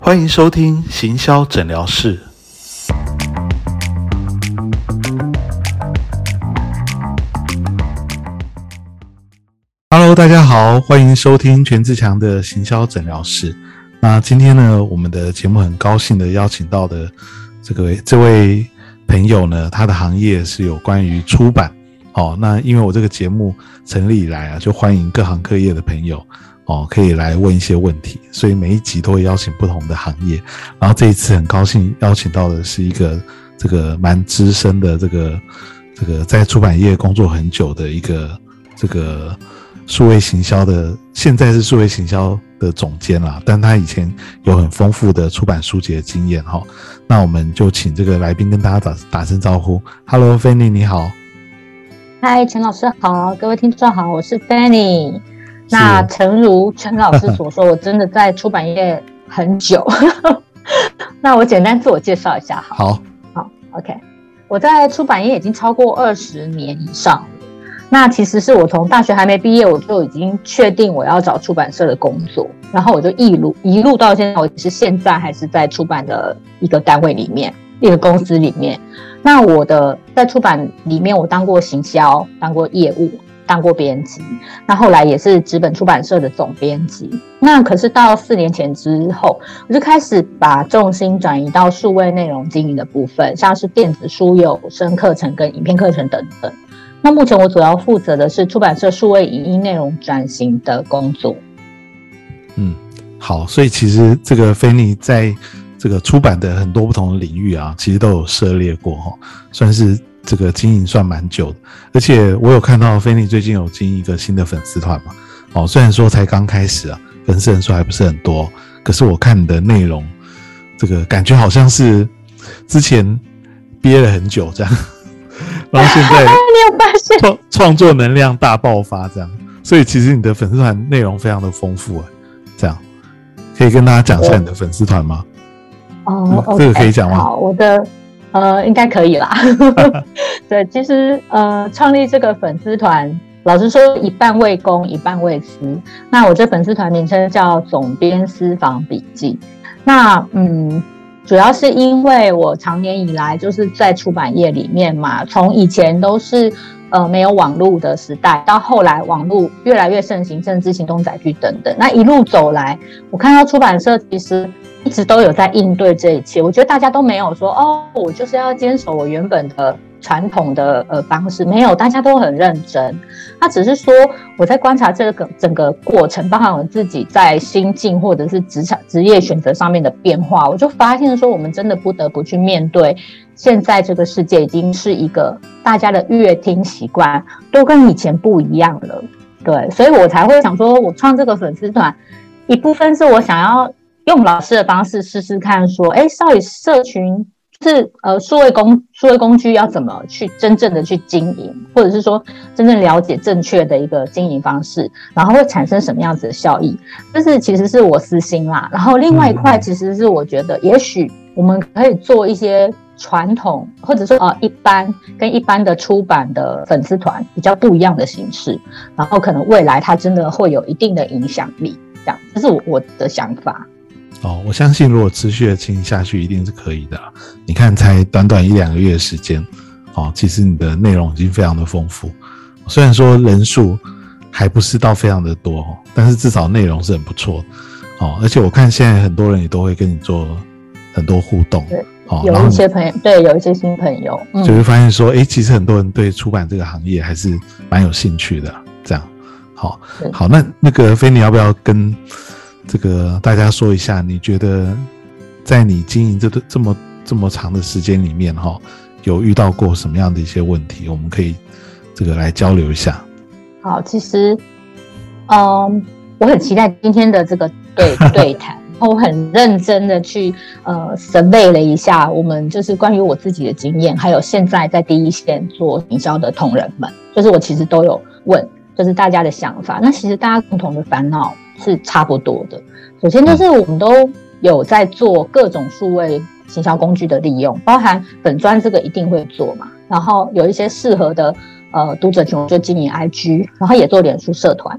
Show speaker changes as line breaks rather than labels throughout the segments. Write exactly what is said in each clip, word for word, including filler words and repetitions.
欢迎收听行销诊疗室。Hello， 大家好，欢迎收听全志强的行销诊疗室。那今天呢，我们的节目很高兴的邀请到的这个这位朋友呢，他的行业是有关于出版。哦，那因为我这个节目成立以来啊，就欢迎各行各业的朋友哦，可以来问一些问题，所以每一集都会邀请不同的行业。然后这一次很高兴邀请到的是一个这个蛮资深的这个这个在出版业工作很久的一个这个数位行销的，现在是数位行销的总监啦，但他以前有很丰富的出版书籍的经验哈。那我们就请这个来宾跟大家打打声招呼。Hello Fanny 你好。
嗨，陈老师好，各位听众好，我是 Fanny。那诚如陈老师所说，我真的在出版业很久。那我简单自我介绍一下好。
好，
好 ，OK。我在出版业已经超过二十年以上了。那其实是我从大学还没毕业，我就已经确定我要找出版社的工作，然后我就一路一路到现在，我其实现在还是在出版的一个单位里面，一个公司里面。那我的在出版里面，我当过行销，当过业务，当过编辑，那后来也是纸本出版社的总编辑。那可是到四年前之后，我就开始把重心转移到数位内容经营的部分，像是电子书、有声课程跟影片课程等等。那目前我主要负责的是出版社数位影音内容转型的工作。
嗯，好，所以其实这个菲尼在这个出版的很多不同的领域啊，其实都有涉猎过哈，算是这个经营算蛮久的。而且我有看到菲尼最近有经营一个新的粉丝团嘛，哦，虽然说才刚开始啊，粉丝人数还不是很多，可是我看你的内容，这个感觉好像是之前憋了很久这样，然后现在
你有发现
创创作能量大爆发这样，所以其实你的粉丝团内容非常的丰富哎，这样可以跟大家讲一下你的粉丝团吗？
哦、
嗯，这个可以讲吗？
好，我的呃应该可以啦。对，其实呃创立这个粉丝团，老实说一半为公，一半为私。那我这粉丝团名称叫总编私房笔记。那嗯。主要是因为我长年以来就是在出版业里面嘛，从以前都是呃没有网络的时代，到后来网络越来越盛行，甚至行动载具等等。那一路走来，我看到出版社其实一直都有在应对这一切。我觉得大家都没有说哦，我就是要坚守我原本的传统的呃方式，没有，大家都很认真。他只是说我在观察这个整个过程，包含我自己在心境或者是职场职业选择上面的变化，我就发现说我们真的不得不去面对现在这个世界已经是一个大家的阅听习惯都跟以前不一样了。对，所以我才会想说我创这个粉丝团，一部分是我想要用老师的方式试试看说，哎，到底社群是呃数位工数位工具要怎么去真正的去经营，或者是说真正了解正确的一个经营方式，然后会产生什么样子的效益，这是其实是我私心啦。然后另外一块其实是我觉得也许我们可以做一些传统或者说呃一般跟一般的出版的粉丝团比较不一样的形式，然后可能未来它真的会有一定的影响力，这样这是我我的想法。
哦，我相信如果持续的经营下去一定是可以的啦。你看才短短一两个月的时间，哦，其实你的内容已经非常的丰富，虽然说人数还不是到非常的多，但是至少内容是很不错的。哦，而且我看现在很多人也都会跟你做很多互动，
对，哦，有一些朋友，对，有一些新朋友，
嗯，就会发现说，哎，其实很多人对出版这个行业还是蛮有兴趣的，这样。好，好，那那个菲尼要不要跟这个大家说一下，你觉得在你经营这这么这么长的时间里面哈，有遇到过什么样的一些问题？我们可以这个来交流一下。
好，其实，嗯，我很期待今天的这个对对谈，我很认真的去呃 survey 了一下我们就是关于我自己的经验，还有现在在第一线做营销的同仁们，就是我其实都有问，就是大家的想法。那其实大家共同的烦恼是差不多的。首先就是我们都有在做各种数位行销工具的利用，包含粉专这个一定会做嘛，然后有一些适合的呃读者群，我就经营 I G， 然后也做脸书社团。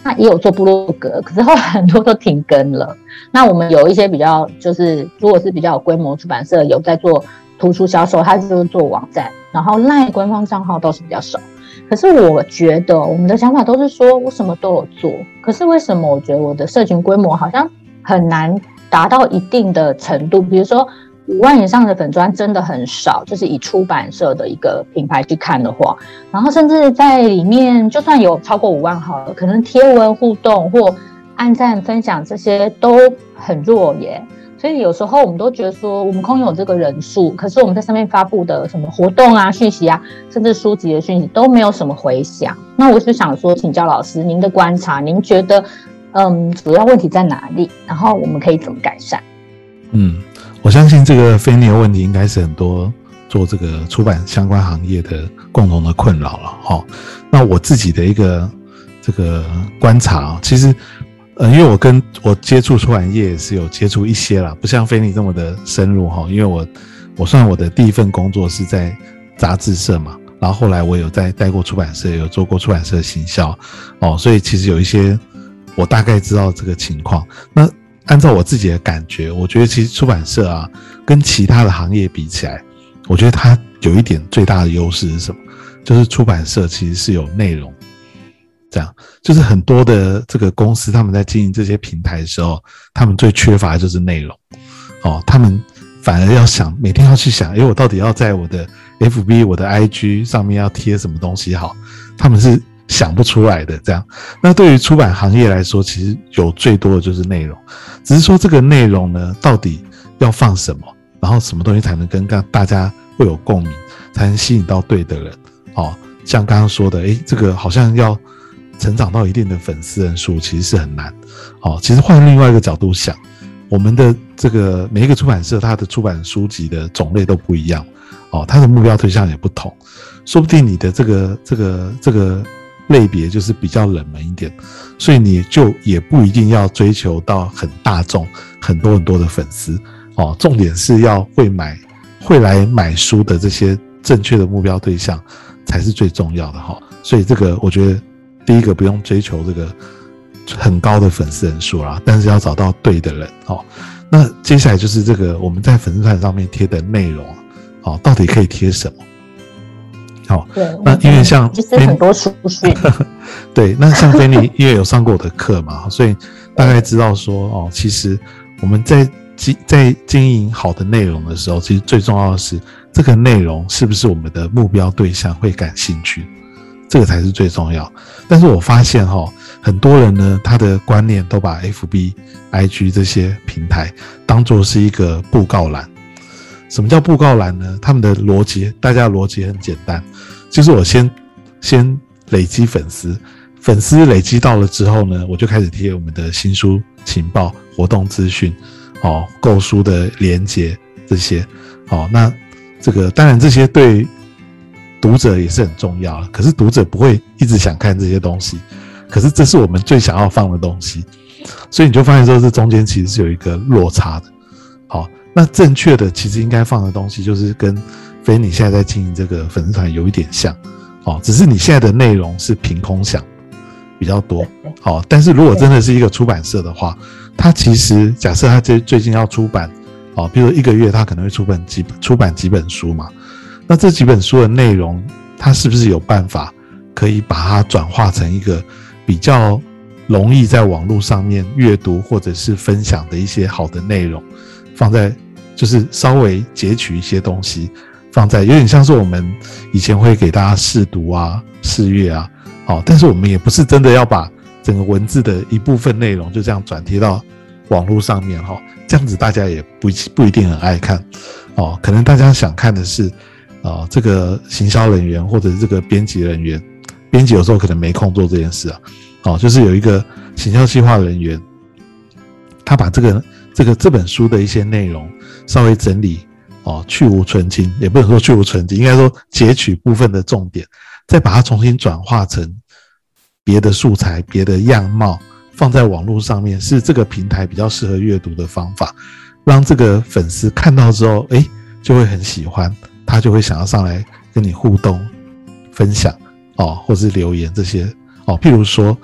也有做部落格，可是后来很多都停更了。那我们有一些比较就是如果是比较有规模出版社有在做图书销售，它就是做网站，然后 LINE 官方账号都是比较少。可是我觉得我们的想法都是说我什么都有做，可是为什么我觉得我的社群规模好像很难达到一定的程度？比如说五万以上的粉专真的很少，就是以出版社的一个品牌去看的话，然后甚至在里面就算有超过五万好了，可能贴文互动或按赞分享这些都很弱耶。所以有时候我们都觉得说我们空有这个人数，可是我们在上面发布的什么活动啊讯息啊，甚至书籍的讯息都没有什么回响。那我就想说请教老师您的观察，您觉得嗯主要问题在哪里，然后我们可以怎么改善？
嗯，我相信这个非你的问题应该是很多做这个出版相关行业的共同的困扰了齁。那我自己的一个这个观察，其实呃，因为我跟我接触出版业也是有接触一些啦，不像菲尼这么的深入齁。因为我我算我的第一份工作是在杂志社嘛，然后后来我有在带过出版社，有做过出版社行销哦，所以其实有一些我大概知道这个情况。那按照我自己的感觉，我觉得其实出版社啊跟其他的行业比起来，我觉得它有一点最大的优势是什么？就是出版社其实是有内容。这样就是很多的这个公司他们在经营这些平台的时候，他们最缺乏的就是内容哦，他们反而要想每天要去想，诶我到底要在我的 F B 我的 I G 上面要贴什么东西好，他们是想不出来的这样。那对于出版行业来说，其实有最多的就是内容，只是说这个内容呢到底要放什么，然后什么东西才能跟大家会有共鸣，才能吸引到对的人哦。像刚刚说的，诶这个好像要成长到一定的粉丝人数其实是很难哦。其实换另外一个角度想，我们的这个每一个出版社它的出版书籍的种类都不一样哦，它的目标对象也不同，说不定你的这个这个这个类别就是比较冷门一点，所以你就也不一定要追求到很大众很多很多的粉丝哦，重点是要会买会来买书的这些正确的目标对象才是最重要的哈。所以这个我觉得第一个不用追求这个很高的粉丝人数啦，但是要找到对的人哦。那接下来就是这个我们在粉丝团上面贴的内容哦，到底可以贴什么？好，
对，
那因为像
其实很多书讯，
对，那像菲尼因为有上过我的课嘛，所以大概知道说哦，其实我们在在经营好的内容的时候，其实最重要的是这个内容是不是我们的目标对象会感兴趣。这个才是最重要。但是我发现齁，很多人呢，他的观念都把 F B、I G 这些平台当作是一个布告栏。什么叫布告栏呢？他们的逻辑，大家的逻辑很简单，就是我先先累积粉丝，粉丝累积到了之后呢，我就开始贴我们的新书情报、活动资讯、哦，购书的连结这些。哦，那这个当然这些对读者也是很重要的，可是读者不会一直想看这些东西，可是这是我们最想要放的东西，所以你就发现说这中间其实是有一个落差的。好，那正确的其实应该放的东西就是跟菲你现在在经营这个粉丝团有一点像，好，只是你现在的内容是凭空想比较多。好，但是如果真的是一个出版社的话，它其实假设它最近要出版，好，比如说一个月它可能会出版几出版几本书嘛。那这几本书的内容，它是不是有办法可以把它转化成一个比较容易在网络上面阅读或者是分享的一些好的内容，放在就是稍微截取一些东西放在，有点像是我们以前会给大家试读啊、试阅啊，好，但是我们也不是真的要把整个文字的一部分内容就这样转贴到网络上面哈，这样子大家也不不一定很爱看哦，可能大家想看的是。哦，这个行销人员或者是这个编辑人员，编辑有时候可能没空做这件事啊。哦，就是有一个行销企划人员，他把这个这个这本书的一些内容稍微整理哦，去无存菁，也不能说去无存菁，应该说截取部分的重点，再把它重新转化成别的素材、别的样貌，放在网络上面，是这个平台比较适合阅读的方法，让这个粉丝看到之后，诶，就会很喜欢。他就会想要上来跟你互动分享哦，或是留言这些哦。譬如说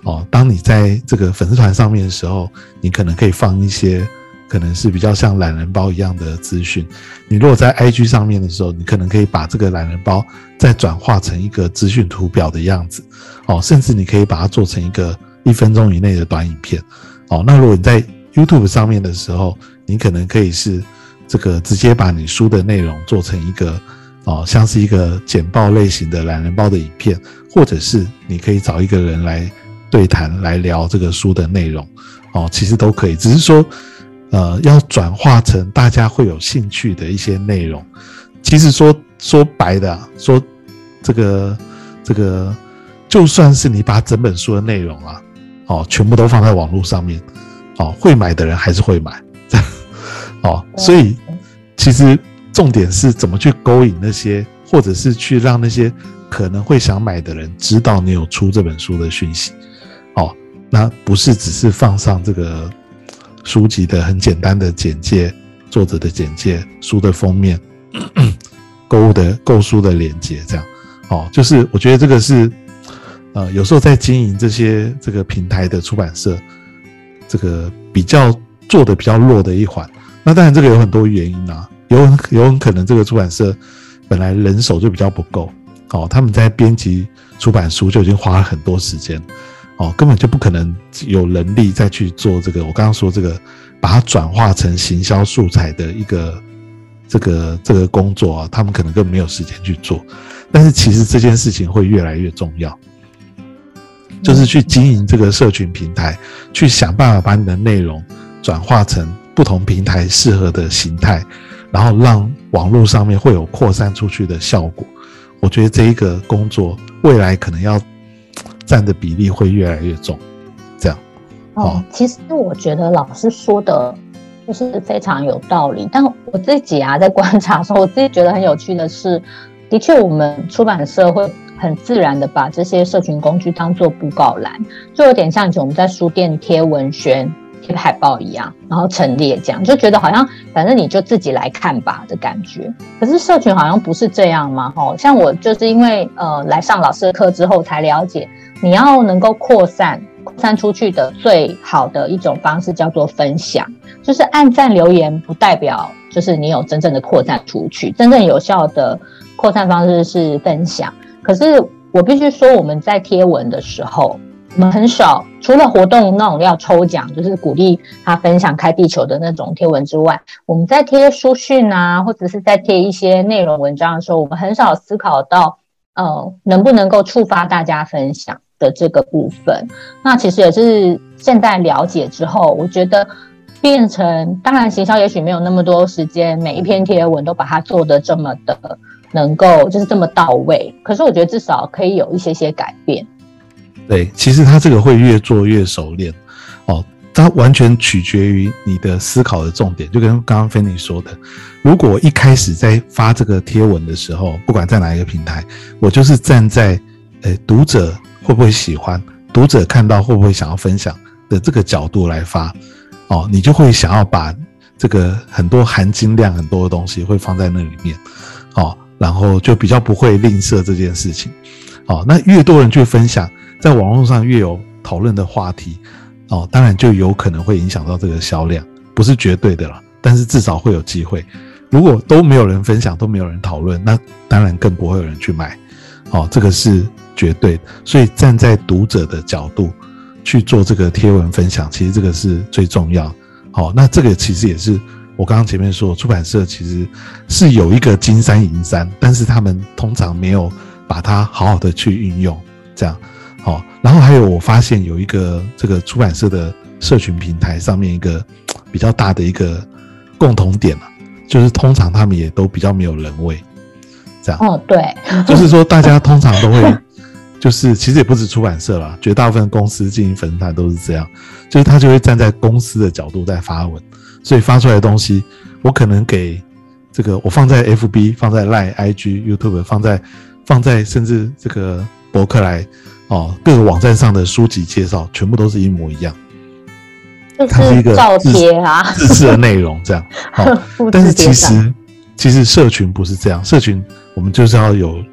哦，当你在这个粉丝团上面的时候，你可能可以放一些可能是比较像懒人包一样的资讯。你如果在 I G 上面的时候，你可能可以把这个懒人包再转化成一个资讯图表的样子，哦，甚至你可以把它做成一个一分钟以内的短影片。哦，那如果你在 YouTube 上面的时候，你可能可以是这个直接把你书的内容做成一个哦，像是一个简报类型的懒人包的影片，或者是你可以找一个人来对谈来聊这个书的内容，哦，其实都可以，只是说呃，要转化成大家会有兴趣的一些内容。其实说说白的、啊，说这个这个，就算是你把整本书的内容啊，哦，全部都放在网络上面，哦，会买的人还是会买，这样，哦，所以其实重点是怎么去勾引那些，或者是去让那些可能会想买的人知道你有出这本书的讯息，哦，那不是只是放上这个书籍的很简单的简介，作者的简介，书的封面，购物的购书的连结，这样，哦，就是我觉得这个是，呃，有时候在经营这些这个平台的出版社，这个比较做的比较弱的一环。那当然这个有很多原因啊，有很有很可能这个出版社本来人手就比较不够，哦，他们在编辑出版书就已经花了很多时间。哦，根本就不可能有能力再去做这个我刚刚说这个把它转化成行销素材的一个这个这个工作啊，他们可能根本没有时间去做。但是其实这件事情会越来越重要，就是去经营这个社群平台，去想办法把你的内容转化成不同平台适合的形态，然后让网络上面会有扩散出去的效果。我觉得这一个工作未来可能要占的比例会越来越重，这样。
哦，其实我觉得老师说的就是非常有道理，但我自己啊在观察的时候，我自己觉得很有趣的是，的确我们出版社会很自然的把这些社群工具当作布告栏，就有点像以前我们在书店贴文宣、贴海报一样，然后陈列这样，就觉得好像反正你就自己来看吧的感觉。可是社群好像不是这样嘛，像我就是因为呃来上老师的课之后才了解，你要能够扩散扩散出去的最好的一种方式叫做分享，就是按赞留言不代表就是你有真正的扩散出去，真正有效的扩散方式是分享。可是我必须说，我们在贴文的时候，我们很少除了活动那种要抽奖，就是鼓励他分享开地球的那种贴文之外，我们在贴书讯啊，或者是在贴一些内容文章的时候，我们很少思考到呃能不能够触发大家分享的这个部分。那其实也是现在了解之后，我觉得变成，当然行销也许没有那么多时间每一篇贴文都把它做得这么的能够就是这么到位，可是我觉得至少可以有一些些改变。
对，其实它这个会越做越熟练哦，它完全取决于你的思考的重点。就跟刚刚Fanny说的，如果一开始在发这个贴文的时候，不管在哪一个平台，我就是站在呃读者会不会喜欢，读者看到会不会想要分享的这个角度来发哦，你就会想要把这个很多含金量很多的东西会放在那里面哦，然后就比较不会吝啬这件事情哦。那越多人去分享，在网络上越有讨论的话题哦，当然就有可能会影响到这个销量，不是绝对的啦，但是至少会有机会。如果都没有人分享，都没有人讨论，那当然更不会有人去买哦，这个是绝对的。所以站在读者的角度去做这个贴文分享，其实这个是最重要的。好、哦，那这个其实也是我刚刚前面说，出版社其实是有一个金山银山，但是他们通常没有把它好好的去运用，这样。好、哦，然后还有我发现有一个这个出版社的社群平台上面一个比较大的一个共同点啊，就是通常他们也都比较没有人味，这样。
哦，对，
就是说大家通常都会，就是其实也不止出版社啦，绝大部分公司经营粉丝团都是这样，就是他就会站在公司的角度在发文，所以发出来的东西，我可能给这个我放在 F B、放在 Line、I G、YouTube、放在放在甚至这个博客来哦各个网站上的书籍介绍，全部都是一模一样。它是一个
照贴啊，
自制的内容这样。哦，但是其实其实社群不是这样，社群我们就是要有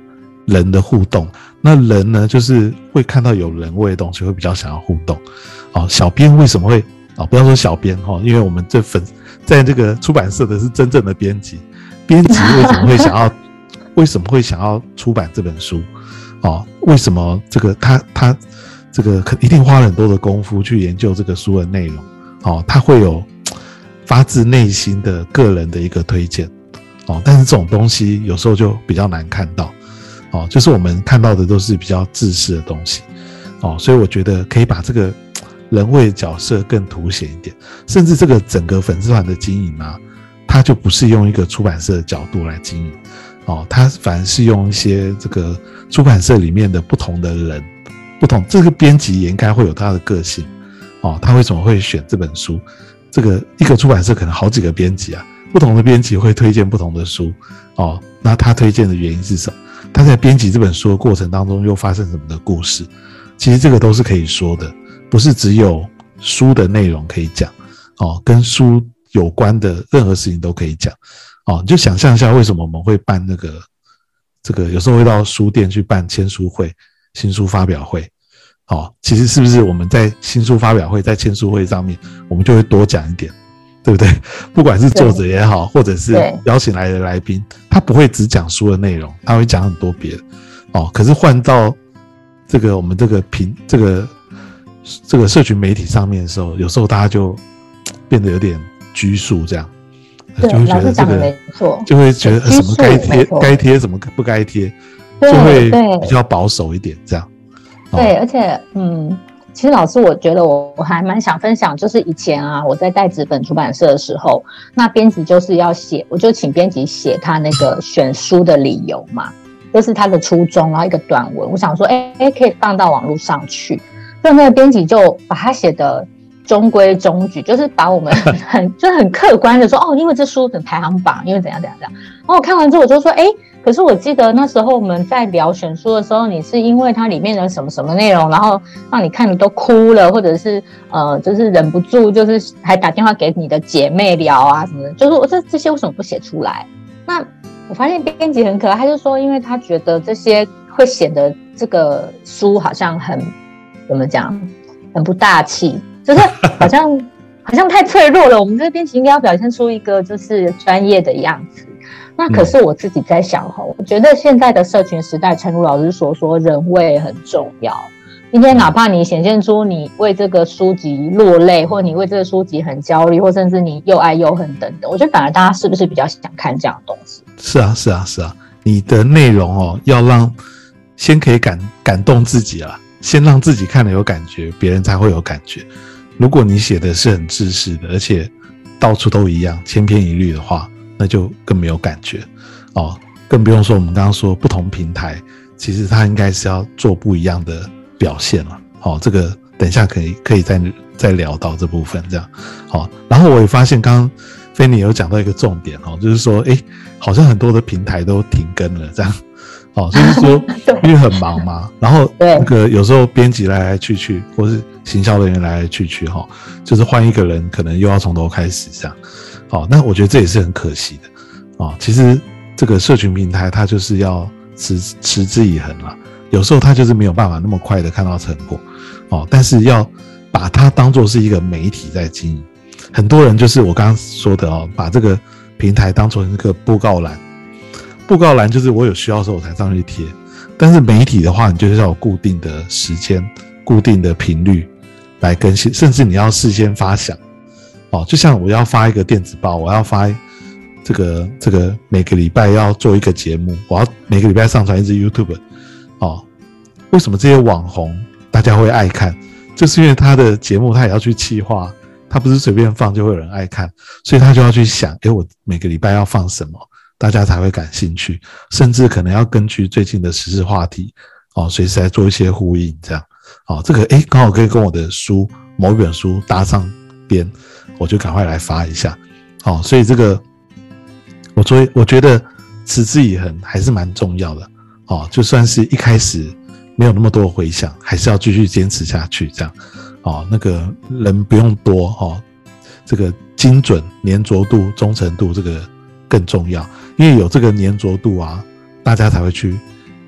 人的互动。那人呢，就是会看到有人味的东西，会比较想要互动。哦，小编为什么会哦？不要说小编哈、哦，因为我们这粉在这个出版社的是真正的编辑，编辑为什么会想要为什么会想要出版这本书？哦，为什么这个他他这个一定花了很多的功夫去研究这个书的内容？哦，他会有发自内心的个人的一个推荐。哦，但是这种东西有时候就比较难看到。哦，就是我们看到的都是比较制式的东西。哦，所以我觉得可以把这个人味角色更凸显一点，甚至这个整个粉丝团的经营啊，它就不是用一个出版社的角度来经营。哦，它反而是用一些这个出版社里面的不同的人，不同这个编辑也应该会有他的个性。哦，他为什么会选这本书？这个一个出版社可能好几个编辑啊，不同的编辑会推荐不同的书。哦，那他推荐的原因是什么？他在编辑这本书的过程当中又发生什么的故事？其实这个都是可以说的，不是只有书的内容可以讲。哦，跟书有关的任何事情都可以讲。哦，你就想象一下，为什么我们会办那个这个有时候会到书店去办签书会、新书发表会。哦，其实是不是我们在新书发表会、在签书会上面，我们就会多讲一点，对不对？不管是作者也好，或者是邀请来的来宾，他不会只讲书的内容，他会讲很多别的。哦，可是换到这个我们这个平这个这个社群媒体上面的时候，有时候大家就变得有点拘束，这样。就会觉得这个就会觉得什么该贴该贴什么不该贴，就会比较保守一点这样。
对，而且嗯，其实老师我觉得我我还蛮想分享，就是以前啊我在带纸本出版社的时候，那编辑就是要写，我就请编辑写他那个选书的理由嘛，就是他的初衷，然后一个短文，我想说哎哎可以放到网络上去，所以那个编辑就把它写的中规中矩，就是把我们很就很客观的说，哦，因为这书的排行榜，因为怎样怎样怎样。然后我看完之后我就说，哎，可是我记得那时候我们在聊选书的时候，你是因为它里面的什么什么内容，然后让你看的都哭了，或者是呃，就是忍不住，就是还打电话给你的姐妹聊啊什么的，就是我这这些为什么不写出来？那我发现编辑很可爱，他就说，因为他觉得这些会显得这个书好像很怎么讲，很不大气。就是好像好像太脆弱了，我们这个编辑应该要表现出一个就是专业的样子。那可是我自己在想吼，我觉得现在的社群时代，诚如老师所说，人味很重要。今天哪怕你显现出你为这个书籍落泪，或你为这个书籍很焦虑，或甚至你又爱又恨等等，我觉得反而大家是不是比较想看这样的东西？
是啊，是啊，是啊，你的内容哦，要让先可以感感动自己啊，先让自己看了有感觉，别人才会有感觉。如果你写的是很制式的，而且到处都一样，千篇一律的话，那就更没有感觉哦。更不用说我们刚刚说不同平台，其实它应该是要做不一样的表现了。哦，这个等一下可以可以再再聊到这部分这样。好、哦，然后我也发现刚刚菲尼有讲到一个重点哦，就是说，哎，好像很多的平台都停更了这样。哦，就是说，因为很忙嘛，然后那个有时候编辑来来去去，或是行销人员来来去去，哈、哦，就是换一个人，可能又要从头开始这样。哦，那我觉得这也是很可惜的。哦，其实这个社群平台它就是要持持之以恒啦，有时候它就是没有办法那么快的看到成果。哦，但是要把它当作是一个媒体在经营。很多人就是我刚刚说的哦，把这个平台当作一个布告栏。布告栏就是我有需要的时候我才上去贴，但是媒体的话，你就是要有固定的时间、固定的频率来更新，甚至你要事先发想。哦，就像我要发一个电子报，我要发这个这个每个礼拜要做一个节目，我要每个礼拜上传一支 YouTube。哦，为什么这些网红大家会爱看？就是因为他的节目他也要去企划，他不是随便放就会有人爱看，所以他就要去想，诶，我每个礼拜要放什么？大家才会感兴趣，甚至可能要根据最近的时事话题，哦，随时来做一些呼应，这样，哦，这个诶刚好可以跟我的书某一本书搭上边，我就赶快来发一下，哦，所以这个，我作为我觉得持之以恒还是蛮重要的，哦，就算是一开始没有那么多的回响，还是要继续坚持下去，这样，哦，那个人不用多，哦，这个精准、粘着度、忠诚度，这个更重要。因为有这个粘着度啊，大家才会去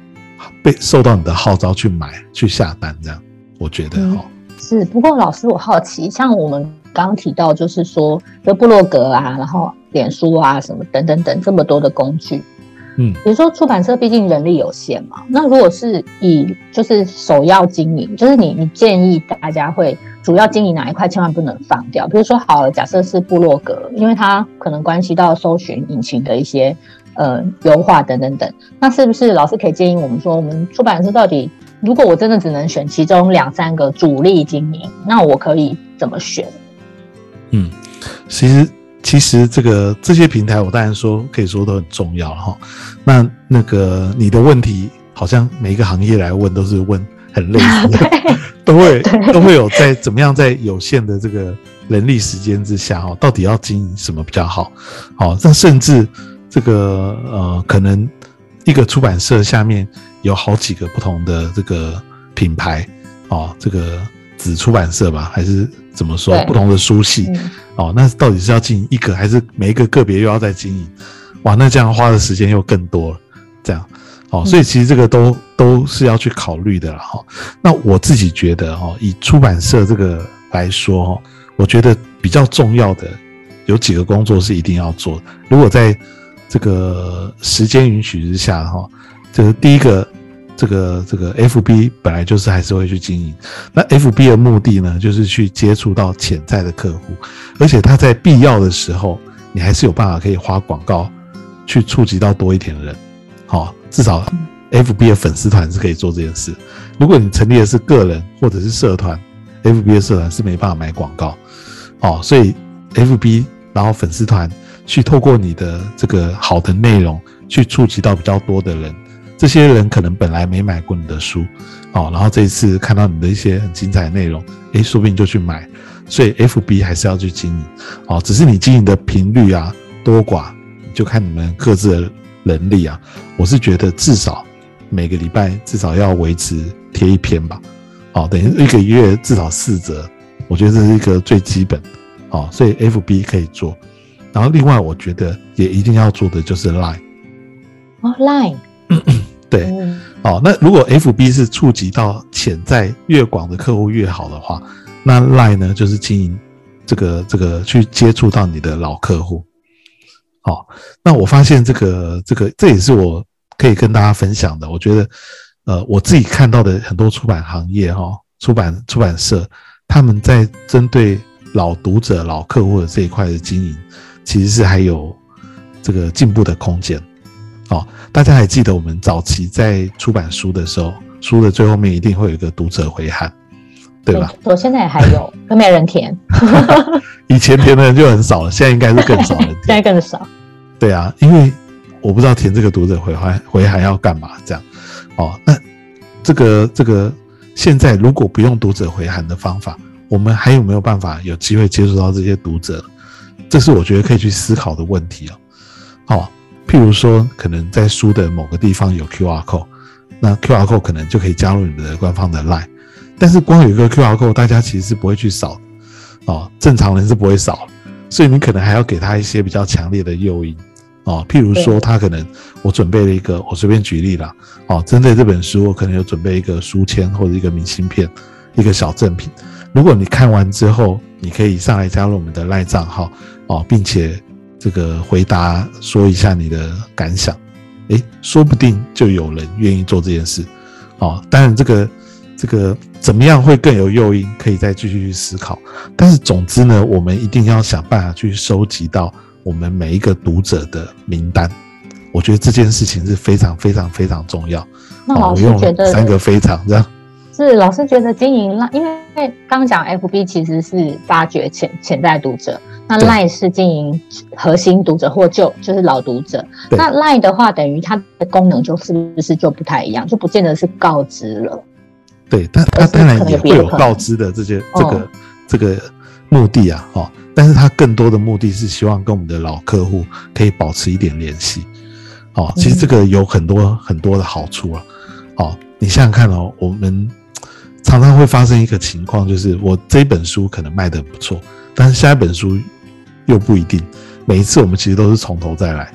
被受到你的号召去买去下单这样，我觉得、嗯、
是。不过老师我好奇，像我们刚刚提到就是说就部落格啊，然后脸书啊什么等等等这么多的工具，嗯，比如说出版社毕竟人力有限嘛，那如果是以就是首要经营，就是你你建议大家会主要经营哪一块，千万不能放掉。比如说好了，假设是部落格，因为它可能关系到搜寻引擎的一些呃优化等等等，那是不是老师可以建议我们说，我们出版社到底如果我真的只能选其中两三个主力经营，那我可以怎么选？
嗯，其实其实这个这些平台我当然说可以说都很重要哈。那那个你的问题好像每一个行业来问都是问很类似的，都会都会有在怎么样在有限的这个人力时间之下哈，到底要经营什么比较好？好，那甚至这个呃可能一个出版社下面有好几个不同的这个品牌哦，这个子出版社吧，还是怎么说不同的书系、嗯、哦，那到底是要经营一个，还是每一个个别又要再经营？哇，那这样花的时间又更多了，这样哦，所以其实这个都都是要去考虑的啦哈、哦。那我自己觉得哈、哦，以出版社这个来说哈、哦，我觉得比较重要的有几个工作是一定要做的。如果在这个时间允许之下哈、哦，这个第一个。这个这个 F B 本来就是还是会去经营，那 F B 的目的呢，就是去接触到潜在的客户，而且他在必要的时候，你还是有办法可以花广告去触及到多一点的人，好、哦，至少 F B 的粉丝团是可以做这件事。如果你成立的是个人或者是社团 ，F B 的社团是没办法买广告，哦，所以 F B 然后粉丝团去透过你的这个好的内容去触及到比较多的人。这些人可能本来没买过你的书，哦，然后这一次看到你的一些很精彩的内容，诶，说不定就去买。所以 F B 还是要去经营，哦，只是你经营的频率啊多寡，就看你们各自的能力啊。我是觉得至少每个礼拜至少要维持贴一篇吧，哦，等于一个月至少四则，我觉得这是一个最基本，哦，所以 F B 可以做。然后另外我觉得也一定要做的就是 Line，
哦 Line。
对、嗯哦，那如果 F B 是触及到潜在越广的客户越好的话，那 Line 呢就是经营这个这个去接触到你的老客户。好、哦，那我发现这个这个这也是我可以跟大家分享的。我觉得呃我自己看到的很多出版行业哈、哦，出版出版社他们在针对老读者老客户的这一块的经营，其实是还有这个进步的空间。哦，大家还记得我们早期在出版书的时候，书的最后面一定会有一个读者回函，对吧？我
现在还有，可没人填。
以前填的人就很少了，现在应该是更少人填。
现在更少。
对啊，因为我不知道填这个读者回函回函要干嘛，这样。哦，那这个这个现在如果不用读者回函的方法，我们还有没有办法有机会接触到这些读者？这是我觉得可以去思考的问题哦。哦。譬如说可能在书的某个地方有 Q R code， 那 Q R code 可能就可以加入你们的官方的 Line， 但是光有一个 Q R code 大家其实是不会去扫的、哦、正常人是不会扫，所以你可能还要给他一些比较强烈的诱因、哦、譬如说他可能我准备了一个，我随便举例啦、哦、针对这本书我可能有准备一个书签或者一个明信片，一个小赠品，如果你看完之后你可以上来加入我们的 Line 账号、哦、并且这个回答说一下你的感想，诶，说不定就有人愿意做这件事。哦，当然这个这个怎么样会更有诱因，可以再继续去思考。但是总之呢，我们一定要想办法去收集到我们每一个读者的名单。我觉得这件事情是非常非常非常重要。
那老师觉得、哦、
我用三个非常这样。
是老师觉得经营 Line， 因为刚刚讲 F B 其实是发掘潜潜在读者。那 Line 是经营核心读者或就就是老读者，那 Line 的话等于它的功能就是不是就不太一样，就不见得是告知了。
对，但它当然也会有告知的这些这个、哦、这个目的啊、哦，但是它更多的目的是希望跟我们的老客户可以保持一点联系。哦，其实这个有很多、嗯、很多的好处啊。哦，你想想看哦，我们常常会发生一个情况，就是我这本书可能卖得不错，但是下一本书又不一定，每一次我们其实都是从头再来。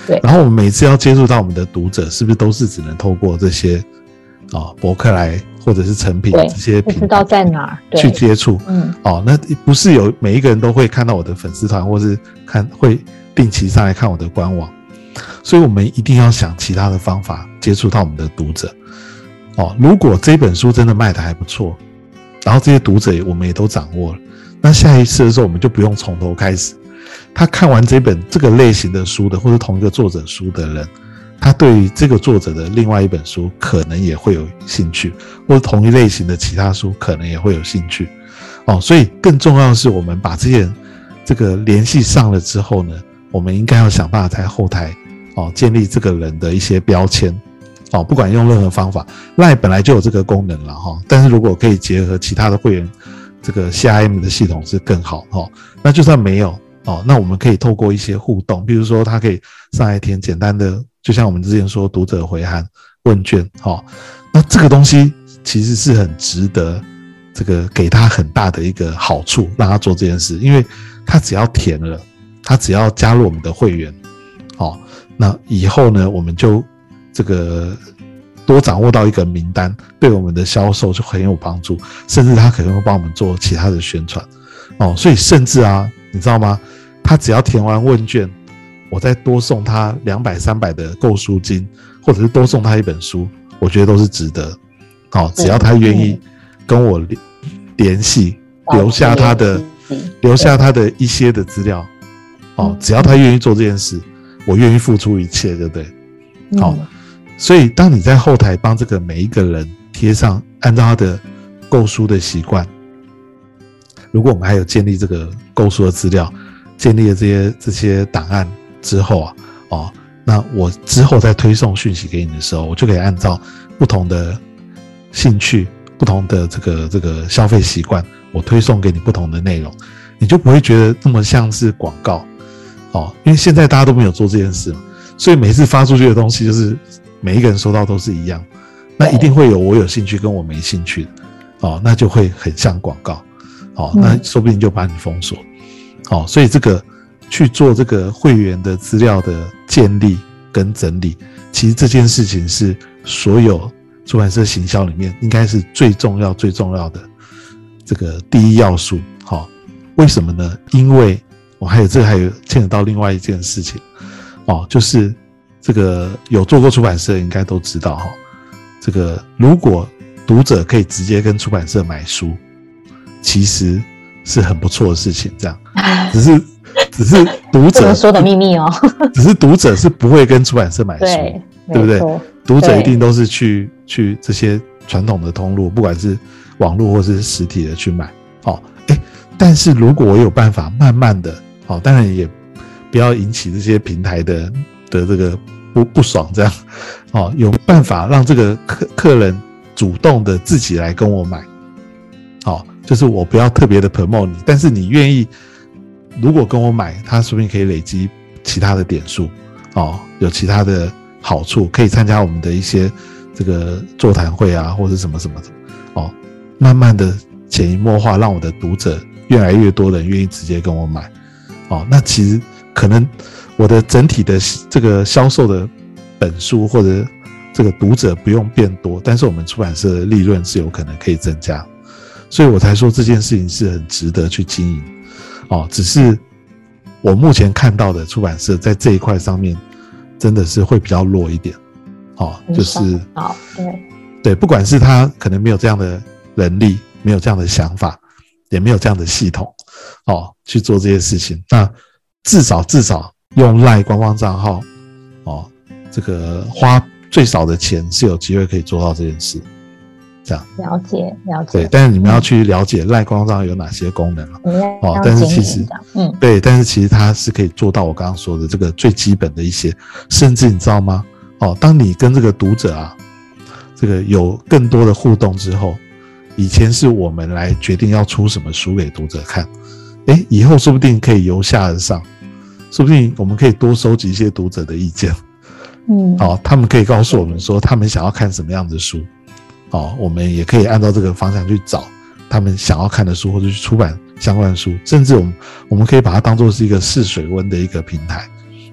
对。
然后我们每次要接触到我们的读者，是不是都是只能透过这些啊博客来或者是成品这些
不知道在哪
去接触？嗯，哦，那不是有每一个人都会看到我的粉丝团，或是看会定期上来看我的官网，所以我们一定要想其他的方法接触到我们的读者。哦，如果这本书真的卖得还不错，然后这些读者我们也都掌握了，那下一次的时候我们就不用从头开始。他看完这本这个类型的书的，或者同一个作者书的人，他对于这个作者的另外一本书可能也会有兴趣，或者同一类型的其他书可能也会有兴趣。哦，所以更重要的是，我们把这些人这个联系上了之后呢，我们应该要想办法在后台哦建立这个人的一些标签。哦，不管用任何方法 ，LINE 本来就有这个功能了哈，但是如果可以结合其他的会员这个 C R M 的系统是更好哈。那就算没有哦，那我们可以透过一些互动，比如说他可以上来填简单的，就像我们之前说读者回函问卷哈。那这个东西其实是很值得这个给他很大的一个好处，让他做这件事，因为他只要填了，他只要加入我们的会员，哦，那以后呢，我们就这个多掌握到一个名单，对我们的销售就很有帮助，甚至他可能会帮我们做其他的宣传哦。所以甚至啊，你知道吗？他只要填完问卷，我再多送他两百、三百的购书金，或者是多送他一本书，我觉得都是值得。哦，只要他愿意跟我联系，留下他的留下他的一些的资料，哦，只要他愿意做这件事，我愿意付出一切，对不对？好。所以当你在后台帮这个每一个人贴上按照他的购书的习惯，如果我们还有建立这个购书的资料，建立了这些这些档案之后啊，哦，那我之后再推送讯息给你的时候，我就可以按照不同的兴趣、不同的这个这个消费习惯，我推送给你不同的内容，你就不会觉得那么像是广告哦，因为现在大家都没有做这件事嘛，所以每次发出去的东西就是每一个人收到都是一样，那一定会有我有兴趣跟我没兴趣的，哦，那就会很像广告，哦，那说不定就把你封锁，哦，所以这个去做这个会员的资料的建立跟整理，其实这件事情是所有出版社行销里面应该是最重要最重要的这个第一要素，哦，为什么呢？因为我还有这个还有牵扯到另外一件事情，哦，就是这个有做过出版社应该都知道哈，这个如果读者可以直接跟出版社买书，其实是很不错的事情。这样，只是只是读者
说的秘密哦，
只是读者是不会跟出版社买书，
对，
对不对？读者一定都是去去这些传统的通路，不管是网络或是实体的去买。哦，哎，但是如果我有办法慢慢的，哦，当然也不要引起这些平台的的这个不不爽，这样，哦，有办法让这个客客人主动的自己来跟我买，哦，就是我不要特别的 promote 你，但是你愿意，如果跟我买，他说不定可以累积其他的点数，哦，有其他的好处，可以参加我们的一些这个座谈会啊，或者什么什么的，哦，慢慢的潜移默化，让我的读者越来越多人愿意直接跟我买，哦，那其实可能我的整体的这个销售的本数或者这个读者不用变多，但是我们出版社的利润是有可能可以增加，所以我才说这件事情是很值得去经营，哦，只是我目前看到的出版社在这一块上面真的是会比较弱一点，哦，就是
对
对，不管是他可能没有这样的能力，没有这样的想法，也没有这样的系统，哦，去做这些事情，那至少至少用 LINE 官方账号，哦，这个花最少的钱是有机会可以做到这件事，这样
了解了解。
对，但是你们要去了解 LINE 官方账号有哪些功能，
嗯、
哦，但是其实嗯，对，但是其实它是可以做到我刚刚说的这个最基本的一些，甚至你知道吗？哦，当你跟这个读者啊，这个有更多的互动之后，以前是我们来决定要出什么书给读者看，诶，以后说不定可以由下而上，说不定我们可以多收集一些读者的意见，嗯，好，他们可以告诉我们说他们想要看什么样的书，好，我们也可以按照这个方向去找他们想要看的书，或者去出版相关的书，甚至我们我们可以把它当作是一个试水温的一个平台，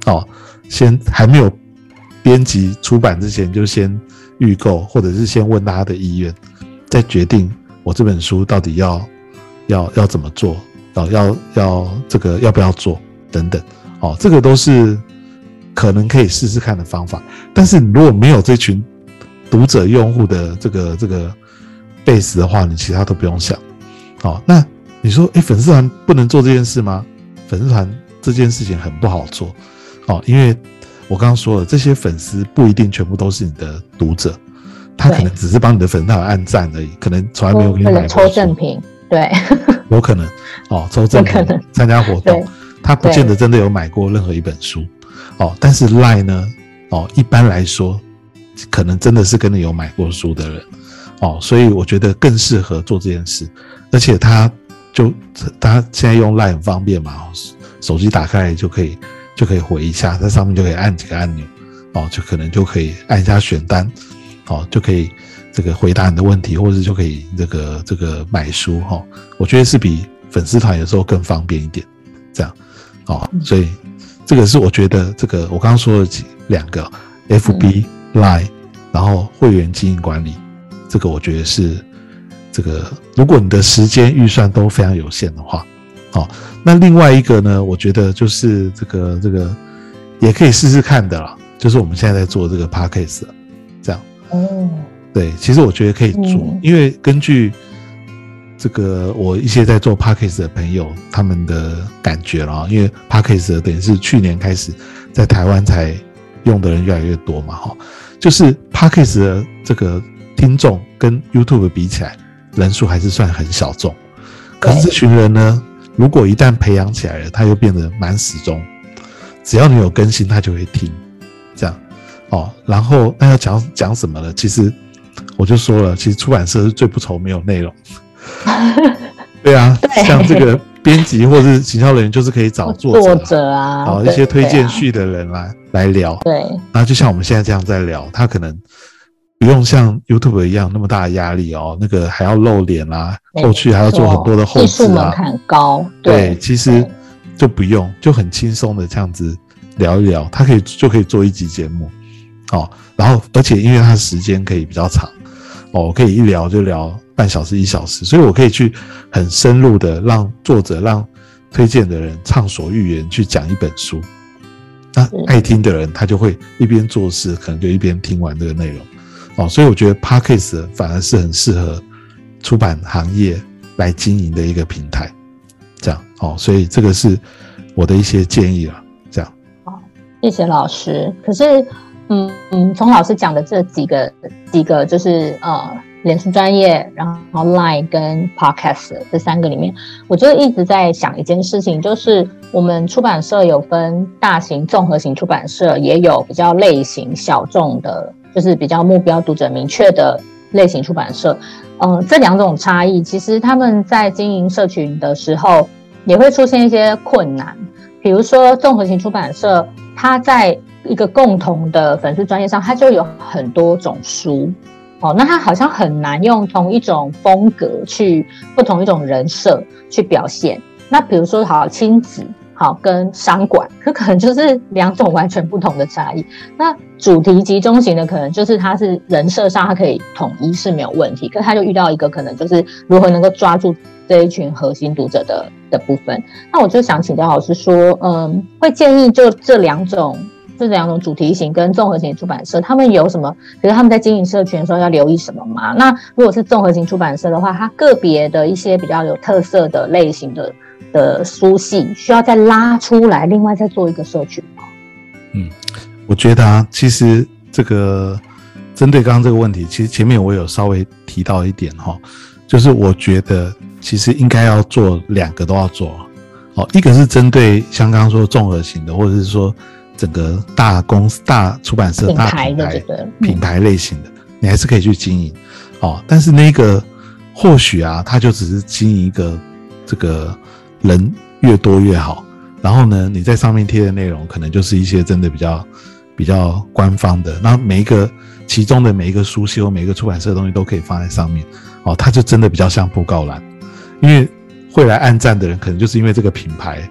哦，先还没有编辑出版之前就先预购，或者是先问大家的意愿，再决定我这本书到底要要要怎么做，哦，要要这个要不要做等等，哦，这个都是可能可以试试看的方法。但是如果没有这群读者用户的这个这个 base 的话，你其他都不用想。哦，那你说，哎，粉丝团不能做这件事吗？粉丝团这件事情很不好做，哦，因为我刚刚说了，这些粉丝不一定全部都是你的读者，他可能只是帮你的粉丝团按赞而已，可能从来没有给你买过书，
抽赠品，对，
有可能哦，抽赠品，参加活动，他不见得真的有买过任何一本书，哦，但是 Line 呢，哦，一般来说，可能真的是跟你有买过书的人，哦，所以我觉得更适合做这件事，而且他就他现在用 Line 很方便嘛，手机打开来就可以就可以回一下，在上面就可以按几个按钮，哦，就可能就可以按一下选单，哦，就可以这个回答你的问题，或者就可以这个这个买书，哦，我觉得是比粉丝团有时候更方便一点，这样，哦，所以这个是我觉得这个我刚刚说的两个 F B、Line， 然后会员经营管理，这个我觉得是这个，如果你的时间预算都非常有限的话，哦，那另外一个呢，我觉得就是这个这个也可以试试看的啦，就是我们现在在做这个 Podcast 这样。哦，对，其实我觉得可以做，嗯，因为根据这个我一些在做 Podcast 的朋友他们的感觉啦，因为 Podcast 等于是去年开始在台湾才用的人越来越多嘛，就是 Podcast 的这个听众跟 YouTube 比起来，人数还是算很小众，可是这群人呢，如果一旦培养起来了，他又变得蛮死忠，只要你有更新他就会听，这样哦。然后那要讲讲什么呢？其实我就说了，其实出版社是最不愁没有内容。对啊，对，像这个编辑或是行销人员，就是可以找作者 啊, 作者啊，哦，一些推荐序的人来、啊、来聊。对，然后就像我们现在这样在聊，他可能不用像 YouTube 一样那么大的压力哦，那个还要露脸啦，后续还要做很多的后置啊，技术门槛高。对，对，其实就不用，就很轻松的这样子聊一聊，他可以就可以做一集节目，哦，然后而且因为他时间可以比较长，哦，我可以一聊就聊半小时一小时，所以我可以去很深入的让作者让推荐的人畅所欲言去讲一本书，那爱听的人他就会一边做事，可能就一边听完这个内容。哦，所以我觉得 Podcast 反而是很适合出版行业来经营的一个平台，这样哦，所以这个是我的一些建议啦，这样。好，谢谢老师。可是，嗯嗯，从老师讲的这几个几个就是呃，脸书专业，然后 Line 跟 Podcast 这三个里面，我就一直在想一件事情，就是我们出版社有分大型综合型出版社，也有比较类型小众的。就是比较目标读者明确的类型出版社，呃，这两种差异，其实他们在经营社群的时候也会出现一些困难。比如说综合型出版社，它在一个共同的粉丝专页上，它就有很多种书，哦，那它好像很难用同一种风格去不同一种人设去表现。那比如说好亲子。好，跟商管，可可能就是两种完全不同的差异。那主题集中型的，可能就是它是人设上它可以统一是没有问题，可是它就遇到一个可能就是如何能够抓住这一群核心读者的的部分。那我就想请教老师说，嗯，会建议就这两种这两种主题型跟综合型出版社，他们有什么？比如他们在经营社群的时候要留意什么吗？那如果是综合型出版社的话，它个别的一些比较有特色的类型的。的书系需要再拉出来，另外再做一个社群吗？嗯，我觉得啊，其实这个针对刚刚这个问题，其实前面我有稍微提到一点哈，就是我觉得其实应该要做两个都要做，哦，一个是针对像刚刚说综合型的，或者是说整个大公司、大出版社、大品牌、品牌类型的，你还是可以去经营，哦，但是那个或许啊，它就只是经营一个这个。人越多越好，然后呢，你在上面贴的内容可能就是一些真的比较比较官方的，那每一个其中的每一个书系或每一个出版社的东西都可以放在上面，哦，它就真的比较像布告栏，因为会来按赞的人可能就是因为这个品牌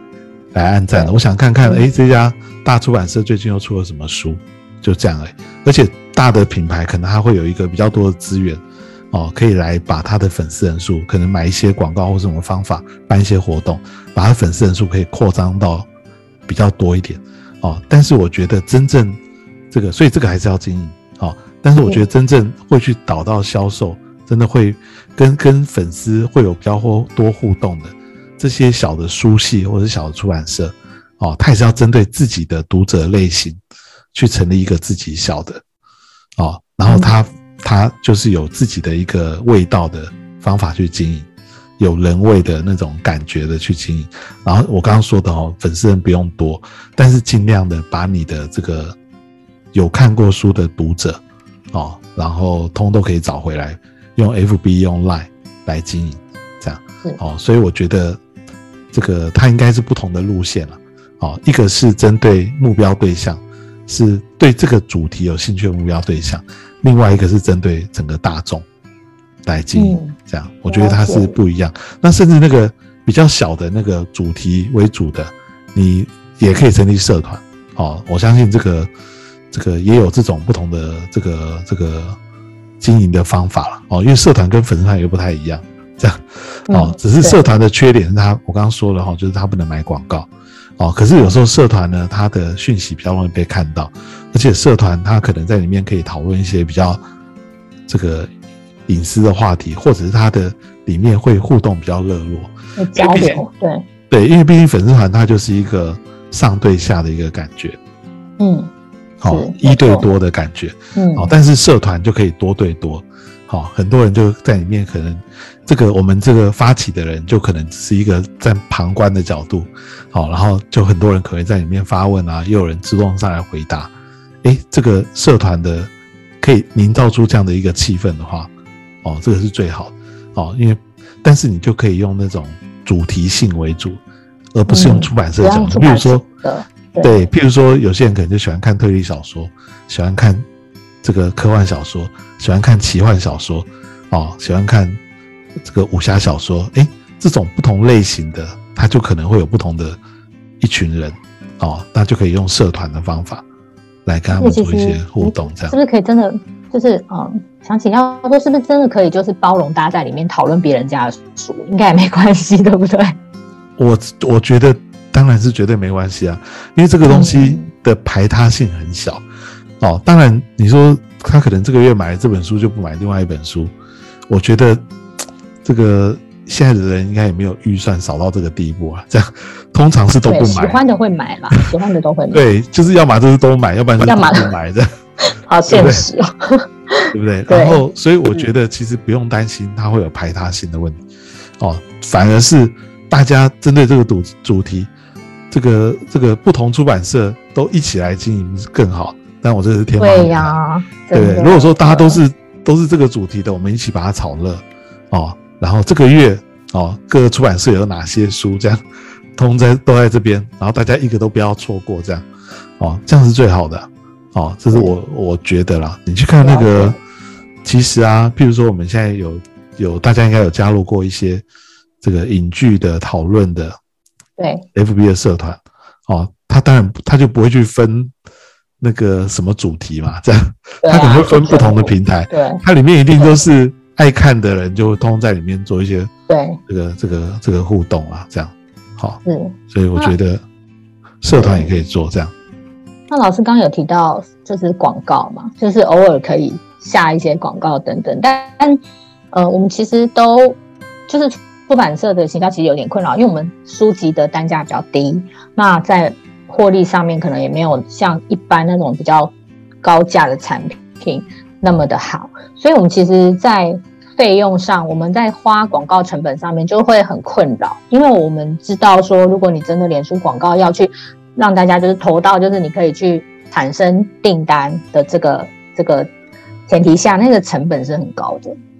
来按赞的。我想看看，哎，这家大出版社最近又出了什么书，就这样而已。而且大的品牌可能它会有一个比较多的资源哦，可以来把他的粉丝人数，可能买一些广告或什么方法，办一些活动，把他粉丝人数可以扩张到比较多一点哦。但是我觉得真正这个，所以这个还是要经营哦。但是我觉得真正会去导到销售，真的会跟跟粉丝会有比较多互动的这些小的书系或者小的出版社哦，它也是要针对自己的读者类型去成立一个自己小的哦，然后它、嗯、它就是有自己的一个味道的方法去经营，有人味的那种感觉的去经营。然后我刚刚说的哦，粉丝人不用多，但是尽量的把你的这个有看过书的读者哦，然后通都可以找回来，用 F B 用 Line 来经营，这样哦。所以我觉得这个它应该是不同的路线了哦。一个是针对目标对象，是对这个主题有兴趣的目标对象；另外一个是针对整个大众来经营，嗯、这样我觉得它是不一样。那甚至那个比较小的那个主题为主的，你也可以成立社团哦。我相信这个。这个也有这种不同的这个这个经营的方法了哦，因为社团跟粉丝团也不太一样，这样哦，只是社团的缺点是它，我刚刚说了哈，就是它不能买广告哦。可是有时候社团呢，它的讯息比较容易被看到，而且社团它可能在里面可以讨论一些比较这个隐私的话题，或者是它的里面会互动比较热络，
交流，对
对，因为毕竟粉丝团它就是一个上对下的一个感觉，嗯。好、哦，一对多的感觉，嗯，好、哦，但是社团就可以多对多，好、哦，很多人就在里面，可能这个我们这个发起的人就可能只是一个站旁观的角度，好、哦，然后就很多人可能在里面发问啊，也有人自动上来回答，诶，这个社团的可以营造出这样的一个气氛的话，哦，这个是最好的，哦，因为但是你就可以用那种主题性为主，而不是用出版社的角度，比如说。对，譬如说有些人可能就喜欢看推理小说，喜欢看这个科幻小说，喜欢看奇幻小说哦，喜欢看这个武侠小说，诶，这种不同类型的他就可能会有不同的一群人哦，那就可以用社团的方法来跟他们做一些互动，这样
是不是可以真的就是嗯，想请教说是不是真的可以就是包容大家在里面讨论别人家的书，应该也没关系，对不对？
我我觉得当然是绝对没关系啊，因为这个东西的排他性很小、嗯、哦。当然你说他可能这个月买了这本书就不买另外一本书，我觉得这个现在的人应该也没有预算少到这个地步啊，这样通常是都不买，
喜欢的会买啦，喜欢的都会买，
对，就是要么就是都买，要不然就是都不买的，
好现实哦，
对不对？然后所以我觉得其实不用担心它会有排他性的问题哦，反而是大家针对这个主主题，这个这个不同出版社都一起来经营更好。但我这是天方夜谭，
对呀、啊，
对不对？如果说大家都是都是这个主题的，我们一起把它炒热哦。然后这个月哦，各个出版社有哪些书，这样通在都在这边，然后大家一个都不要错过，这样哦，这样是最好的哦。这是我我觉得啦。你去看那个，其实啊，譬如说我们现在有有大家应该有加入过一些这个影剧的讨论的，
对
F B 的社团哦，他当然他就不会去分那个什么主题嘛，这样他可能会分不同的平台，
对，
它里面一定都是爱看的人就会通通在里面做一些
对
这个这个这个互动啊，这样好，
是，
所以我觉得社团也可以做这样。
那老师刚刚有提到就是广告嘛，就是偶尔可以下一些广告等等，但呃我们其实都就是出版社的行销其实有点困扰，因为我们书籍的单价比较低，那在获利上面可能也没有像一般那种比较高价的产品那么的好，所以我们其实在费用上，我们在花广告成本上面就会很困扰，因为我们知道说，如果你真的脸书广告要去让大家就是投到，就是你可以去产生订单的这个这个前提下，那个成本是很高的。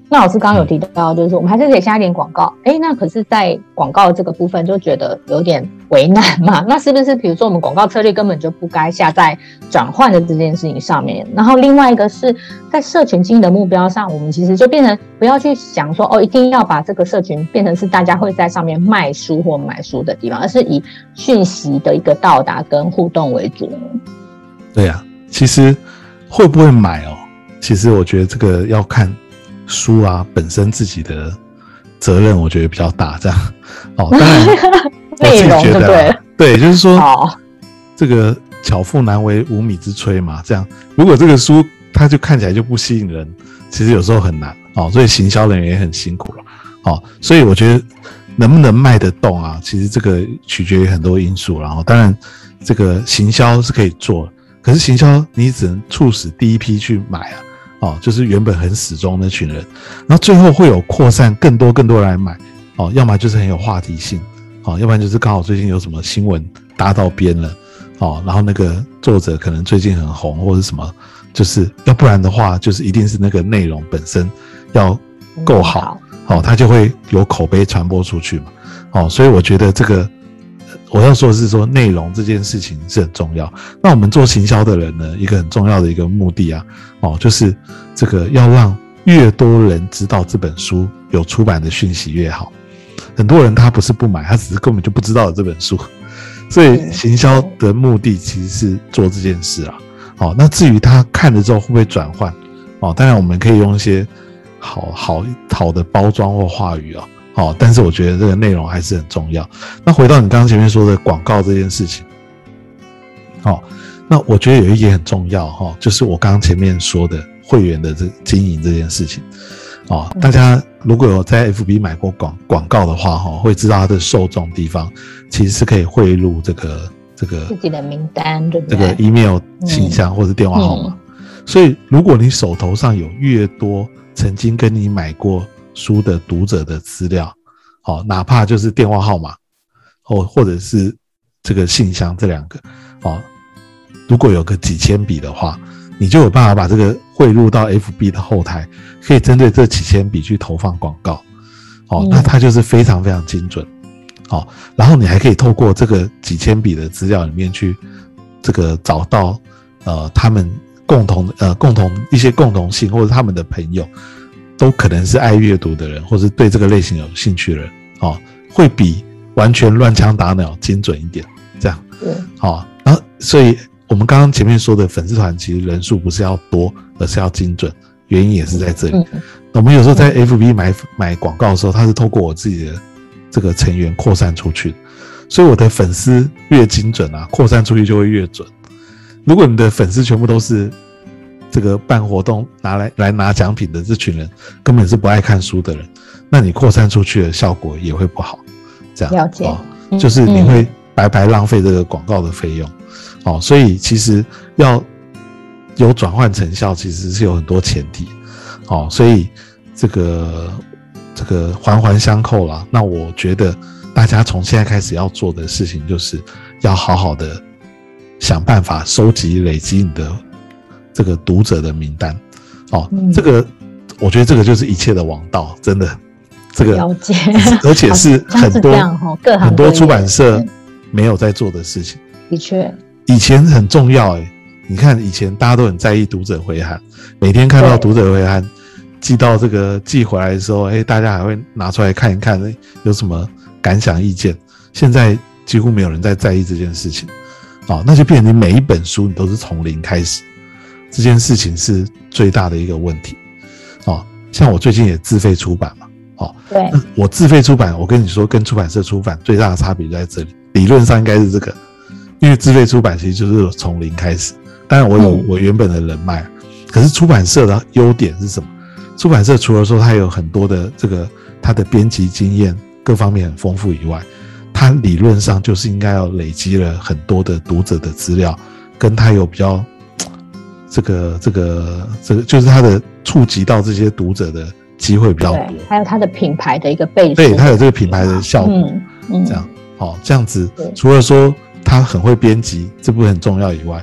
那老师刚刚有提到，就是我们还是可以加一点广告，哎，那可是在广告这个部分就觉得有点为难嘛。那是不是比如说我们广告策略根本就不该下在转换的这件事情上面？然后另外一个是在社群经营的目标上，我们其实就变成不要去想说哦，一定要把这个社群变成是大家会在上面卖书或买书的地方，而是以讯息的一个到达跟互动为主。
对啊，其实会不会买哦？其实我觉得这个要看书啊本身自己的责任，我觉得比较大。这样哦，当然我自己觉得啦，对，就是说这个巧妇难为无米之炊嘛。这样，如果这个书它就看起来就不吸引人，其实有时候很难哦，所以行销人员也很辛苦了。哦，所以我觉得能不能卖得动啊，其实这个取决于很多因素。然后，当然这个行销是可以做的，可是行销你只能促使第一批去买啊。哦，就是原本很死忠那群人，然后最后会有扩散更多更多人来买，哦，要么就是很有话题性，哦，要不然就是刚好最近有什么新闻搭到边了，哦，然后那个作者可能最近很红或者什么，就是要不然的话，就是一定是那个内容本身要够好，哦，它就会有口碑传播出去嘛，哦，所以我觉得这个我要说的是说内容这件事情是很重要。那我们做行销的人呢，一个很重要的一个目的啊，哦，就是这个要让越多人知道这本书有出版的讯息越好。很多人他不是不买，他只是根本就不知道有这本书。所以行销的目的其实是做这件事啊。哦，那至于他看了之后会不会转换，哦，当然我们可以用一些好好好的包装或话语啊。哦，但是我觉得这个内容还是很重要。那回到你刚刚前面说的广告这件事情，哦，那我觉得有一点很重要哈、哦，就是我刚刚前面说的会员的这经营这件事情。哦，大家如果有在 F B 买过广广告的话，哈、哦，会知道它的受众地方其实是可以汇入这个这个
自己的名单，对不对？
这个 email 信箱或者电话号码、嗯嗯。所以如果你手头上有越多曾经跟你买过书的读者的资料，哦，哪怕就是电话号码，或或者是这个信箱这两个，哦，如果有个几千笔的话，你就有办法把这个汇入到 F B 的后台，可以针对这几千笔去投放广告，哦，那它就是非常非常精准，哦，然后你还可以透过这个几千笔的资料里面去这个找到呃他们共同呃共同一些共同性，或者他们的朋友。都可能是爱阅读的人，或是对这个类型有兴趣的人，哦，会比完全乱枪打鸟精准一点，这样，对，好，然后所以我们刚刚前面说的粉丝团其实人数不是要多，而是要精准，原因也是在这里。嗯、我们有时候在 F B 买买广告的时候，它是透过我自己的这个成员扩散出去的，所以我的粉丝越精准啊，扩散出去就会越准。如果你的粉丝全部都是这个办活动拿来来拿奖品的这群人，根本是不爱看书的人，那你扩散出去的效果也会不好。这样了解、哦嗯，就是你会白白浪费这个广告的费用。哦，所以其实要有转换成效，其实是有很多前提。哦，所以这个这个环环相扣啦。那我觉得大家从现在开始要做的事情，就是要好好的想办法收集累积你的这个读者的名单，哦，嗯、这个我觉得这个就是一切的王道，真的，这个
了解，
而且是很多
各行
很多出版社没有在做的事情。
的确，
以前很重要哎，你看以前大家都很在意读者回函，每天看到读者回函寄到这个寄回来的时候，哎，大家还会拿出来看一看，有什么感想意见。现在几乎没有人在在意这件事情，哦，那就变成你每一本书你都是从零开始。这件事情是最大的一个问题，哦，像我最近也自费出版嘛，哦，对，我自费出版，我跟你说，跟出版社出版最大的差别就在这里，理论上应该是这个，因为自费出版其实就是从零开始，当然我有我原本的人脉，嗯、可是出版社的优点是什么？出版社除了说它有很多的这个它的编辑经验各方面很丰富以外，它理论上就是应该要累积了很多的读者的资料，跟它有比较。这个这个这个就是他的触及到这些读者的机会比较多，
还有他的品牌的一个背书，
对，他有这个品牌的效果，嗯嗯、这样，好、哦，这样子，除了说他很会编辑，这部分很重要以外，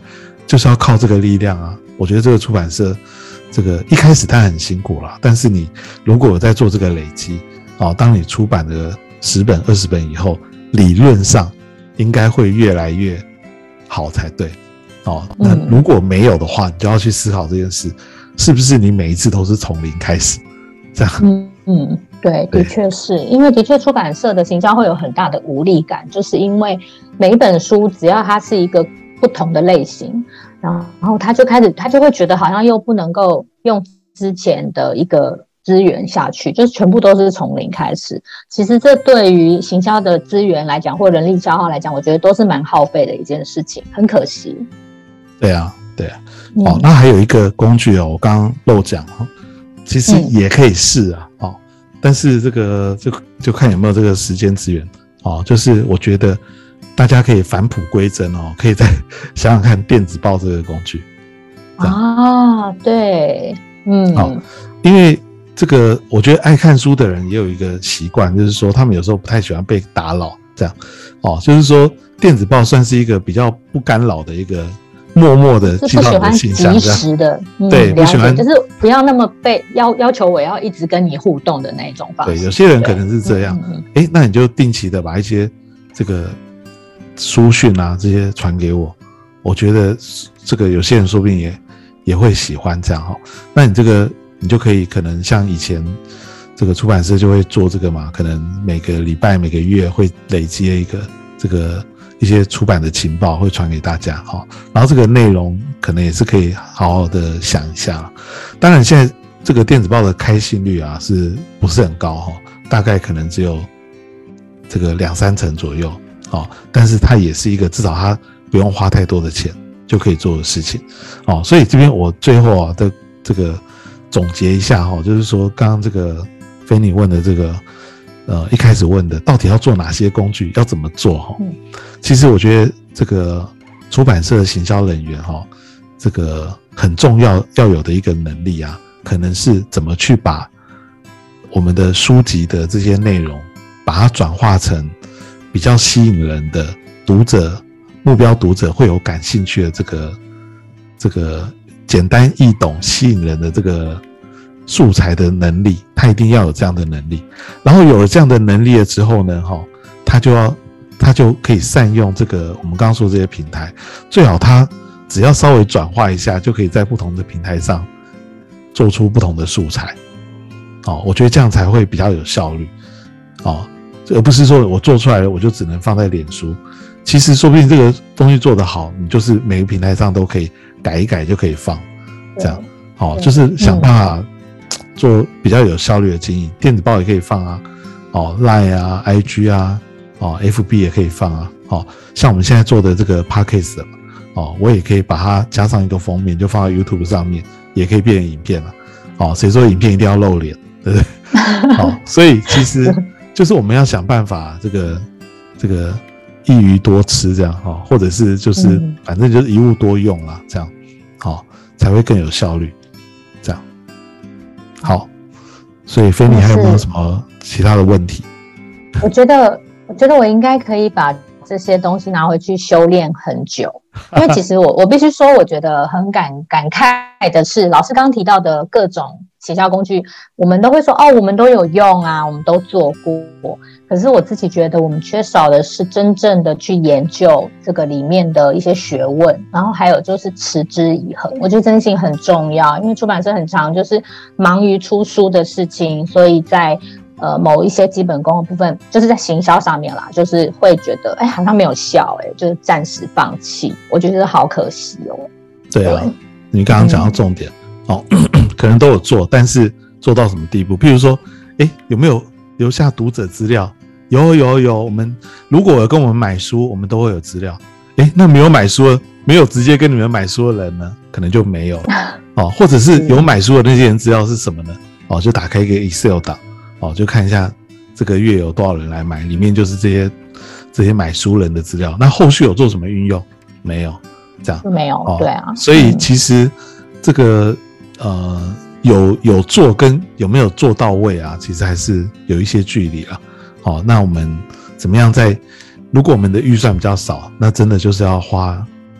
就是要靠这个力量啊。我觉得这个出版社这个一开始它很辛苦啦，但是你如果有在做这个累积哦，当你出版的十本二十本以后，理论上应该会越来越好才对哦。那如果没有的话，你就要去思考这件事，是不是你每一次都是从零开始这样。
嗯嗯，对，的确是因为的确出版社的行销会有很大的无力感，就是因为每一本书只要它是一个不同的类型，然后他就开始他就会觉得好像又不能够用之前的一个资源下去，就是全部都是从零开始。其实这对于行销的资源来讲或人力消耗来讲，我觉得都是蛮耗费的一件事情，很可惜。
对啊对啊、嗯、哦，那还有一个工具哦，我刚刚漏讲哦，其实也可以试啊、嗯、哦，但是这个就就看有没有这个时间资源哦，就是我觉得大家可以返璞归真哦，可以再想想看电子报这个工具
啊，对，嗯，
好，因为这个我觉得爱看书的人也有一个习惯，就是说他们有时候不太喜欢被打扰，这样哦，就是说电子报算是一个比较不干扰的一个默默的寄到你的信箱，
及时的，嗯、
对，不喜欢
就是不要那么被要要求我要一直跟你互动的那种方式。
对，有些人可能是这样，哎、嗯嗯，那你就定期的把一些这个书讯啊这些传给我，我觉得这个有些人说不定也也会喜欢这样哈。那你这个你就可以可能像以前这个出版社就会做这个嘛，可能每个礼拜每个月会累积一个这个一些出版的情报会传给大家哈，然后这个内容可能也是可以好好的想一下。当然现在这个电子报的开信率啊是不是很高哈，大概可能只有这个两三成左右哦，但是它也是一个至少它不用花太多的钱就可以做的事情哦。所以这边我最后啊的这个总结一下哈，就是说刚刚这个菲尼问的这个呃一开始问的到底要做哪些工具，要怎么做哈、嗯？其实我觉得这个出版社的行销人员哈，这个很重要要有的一个能力啊，可能是怎么去把我们的书籍的这些内容把它转化成比较吸引人的读者目标读者会有感兴趣的这个这个简单易懂吸引人的这个素材的能力，他一定要有这样的能力。然后有了这样的能力了之后呢，他就要他就可以善用这个我们刚刚说的这些平台，最好他只要稍微转化一下，就可以在不同的平台上做出不同的素材。哦，我觉得这样才会比较有效率。哦，而不是说我做出来了我就只能放在脸书。其实说不定这个东西做得好，你就是每个平台上都可以改一改就可以放，这样。哦，就是想办法做比较有效率的经营。电子报也可以放啊，哦 ，Line 啊 ，I G 啊，哦 ，F B 也可以放啊，哦，像我们现在做的这个 Podcast 嘛，哦，我也可以把它加上一个封面，就放在 YouTube 上面，也可以变成影片了。哦，谁说影片一定要露脸，对不对？哦，所以其实就是我们要想办法，这个这个一鱼多吃这样哈、哦，或者是就是反正就是一物多用啦，这样，好、哦、才会更有效率。这样，好，所以菲尼还有没有什么其他的问题？
我觉得，我觉得我应该可以把这些东西拿回去修炼很久，因为其实我我必须说，我觉得很感感慨的是，老师刚提到的各种行销工具，我们都会说哦，我们都有用啊，我们都做过。可是我自己觉得，我们缺少的是真正的去研究这个里面的一些学问，然后还有就是持之以恒。我觉得这件事情很重要，因为出版社很常就是忙于出书的事情，所以在呃某一些基本功的部分，就是在行销上面啦，就是会觉得哎好像没有效，哎，就是暂时放弃。我觉得好可惜哦。
对啊，对，你刚刚讲到重点、嗯、哦，可能都有做，但是做到什么地步？譬如说，哎，有没有留下读者资料？有有有，我们如果有跟我们买书，我们都会有资料。诶，那没有买书的，没有直接跟你们买书的人呢，可能就没有了哦。或者是有买书的那些人资料是什么呢？哦，就打开一个 Excel 档，哦，就看一下这个月有多少人来买，里面就是这些这些买书人的资料。那后续有做什么运用？没有，这样
没有、哦，对啊。
所以其实这个呃有有做跟有没有做到位啊，其实还是有一些距离啦。好，那我们怎么样在？如果我们的预算比较少，那真的就是要花比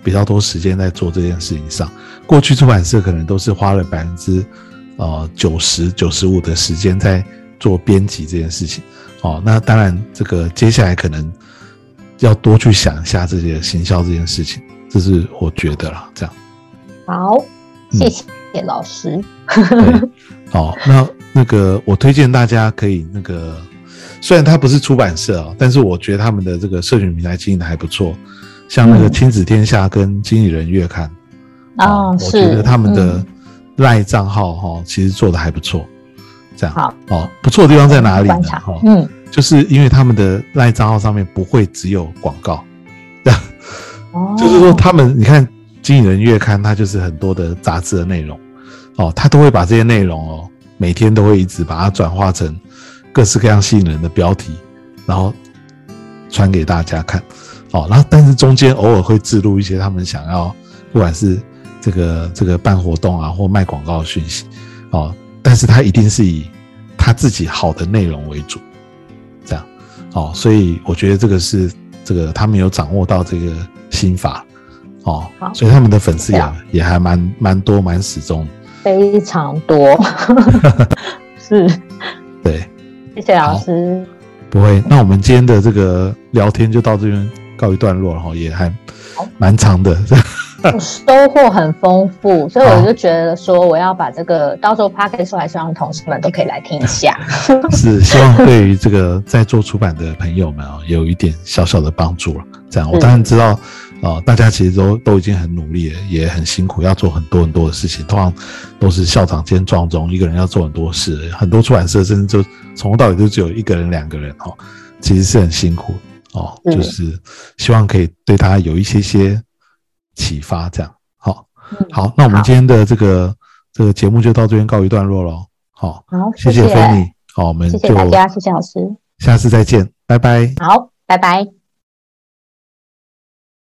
比较多时间在做这件事情上。过去出版社可能都是花了百分之呃九十九十五的时间在做编辑这件事情哦。那当然，这个接下来可能要多去想一下这些行销这件事情，这是我觉得啦。这样
好，谢谢老师。
对，好，那那个我推荐大家可以那个，虽然它不是出版社哦，但是我觉得他们的这个社群平台经营的还不错，像那个亲子天下跟经理人月刊，
嗯、哦，
我觉得他们的赖账号哈、哦，其实做的还不错。这样好哦，不错的地方在哪里呢？哦、嗯，就是因为他们的赖账号上面不会只有广告，这样，哦、就是说他们你看经理人月刊，它就是很多的杂志的内容哦，他都会把这些内容哦，每天都会一直把它转化成各式各样吸引人的标题，然后传给大家看哦。然后但是中间偶尔会置入一些他们想要，不管是这个这个办活动啊，或卖广告的讯息哦。但是他一定是以他自己好的内容为主，这样哦，所以我觉得这个是这个他们有掌握到这个心法哦，所以他们的粉丝也也还蛮蛮多蛮始终，
非常多，是，
对，
谢谢老师。
不会，那我们今天的这个聊天就到这边告一段落了哈，也还蛮长的。
收获很丰富，所以我就觉得说，我要把这个到时候 podcast 出来，希望同事们都可以来听一下。
是，希望对于这个在做出版的朋友们啊，有一点小小的帮助了。这样，我当然知道，呃，大家其实都都已经很努力了，也很辛苦，要做很多很多的事情。通常都是校长兼撞钟，一个人要做很多事。很多出版社甚至就从头到尾就只有一个人、两个人哦，其实是很辛苦哦。就是希望可以对他有一些些启发，这样好，嗯、好，那我们今天的这个这个节目就到这边告一段落了。好，
好，
谢谢菲尼，好，我们就
谢谢大家，谢谢老师，
下次再见，拜拜。
好，拜拜。